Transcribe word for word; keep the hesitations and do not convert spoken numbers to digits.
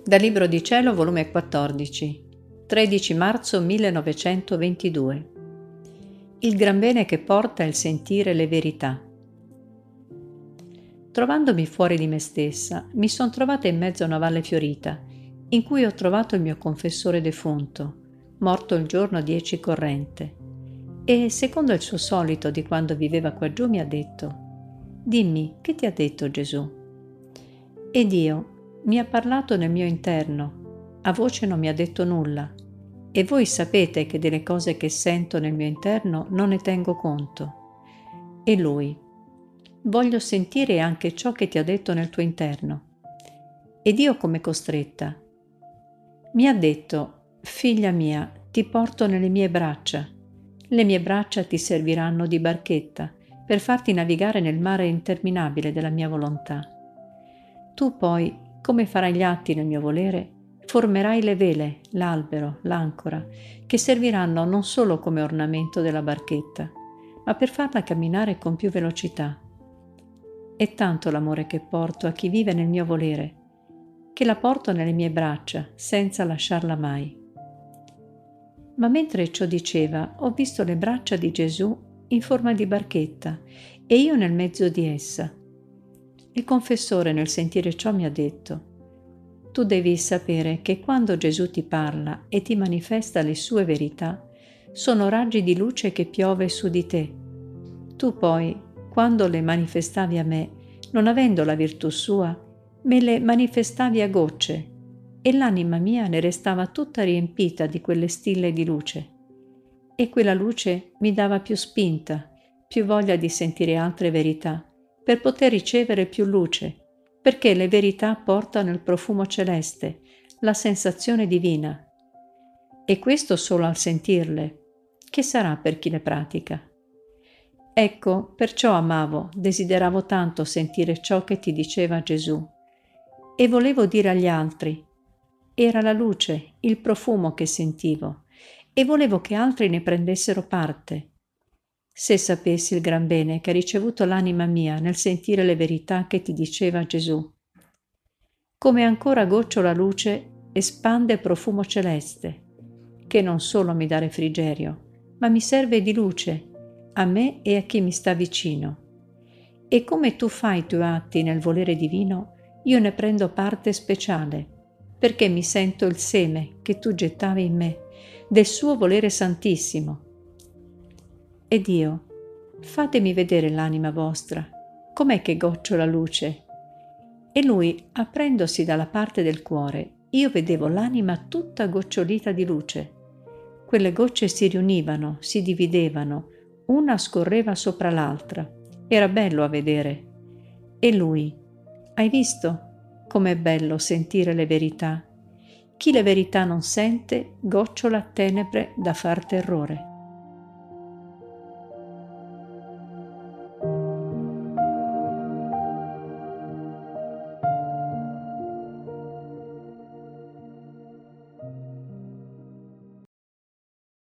Dal Libro di Cielo, volume quattordici, tredici marzo millenovecentoventidue. Il gran bene che porta il sentire le verità. Trovandomi fuori di me stessa, mi son trovata in mezzo a una valle fiorita, in cui ho trovato il mio confessore defunto, morto il giorno dieci corrente, e, secondo il suo solito di quando viveva quaggiù, mi ha detto: «Dimmi, che ti ha detto Gesù?» Ed io: «Mi ha parlato nel mio interno, a voce non mi ha detto nulla, e voi sapete che delle cose che sento nel mio interno non ne tengo conto». E lui: «Voglio sentire anche ciò che ti ha detto nel tuo interno». Ed io, come costretta, mi ha detto: «Figlia mia, ti porto nelle mie braccia. Le mie braccia ti serviranno di barchetta per farti navigare nel mare interminabile della mia volontà. Tu poi, come farai gli atti nel mio volere, formerai le vele, l'albero, l'ancora, che serviranno non solo come ornamento della barchetta, ma per farla camminare con più velocità. È tanto l'amore che porto a chi vive nel mio volere, che la porto nelle mie braccia senza lasciarla mai». Ma mentre ciò diceva, ho visto le braccia di Gesù in forma di barchetta e io nel mezzo di essa. Il confessore, nel sentire ciò, mi ha detto: «Tu devi sapere che quando Gesù ti parla e ti manifesta le sue verità, sono raggi di luce che piove su di te. Tu poi, quando le manifestavi a me, non avendo la virtù sua, me le manifestavi a gocce, e l'anima mia ne restava tutta riempita di quelle stille di luce. E quella luce mi dava più spinta, più voglia di sentire altre verità, per poter ricevere più luce, perché le verità portano il profumo celeste, la sensazione divina. E questo solo al sentirle. Che sarà per chi le pratica? Ecco, perciò amavo, desideravo tanto sentire ciò che ti diceva Gesù. E volevo dire agli altri. Era la luce, il profumo che sentivo, e volevo che altri ne prendessero parte. Se sapessi il gran bene che ha ricevuto l'anima mia nel sentire le verità che ti diceva Gesù. Come ancora gocciola luce, espande profumo celeste, che non solo mi dà refrigerio, ma mi serve di luce a me e a chi mi sta vicino. E come tu fai i tuoi atti nel volere divino, io ne prendo parte speciale, perché mi sento il seme che tu gettavi in me, del suo volere santissimo. Ed io: «Fatemi vedere l'anima vostra, com'è che gocciola luce?» E lui, aprendosi dalla parte del cuore, io vedevo l'anima tutta gocciolita di luce. Quelle gocce si riunivano, si dividevano, una scorreva sopra l'altra. Era bello a vedere. E lui: «Hai visto com'è bello sentire le verità? Chi le verità non sente, gocciola tenebre da far terrore».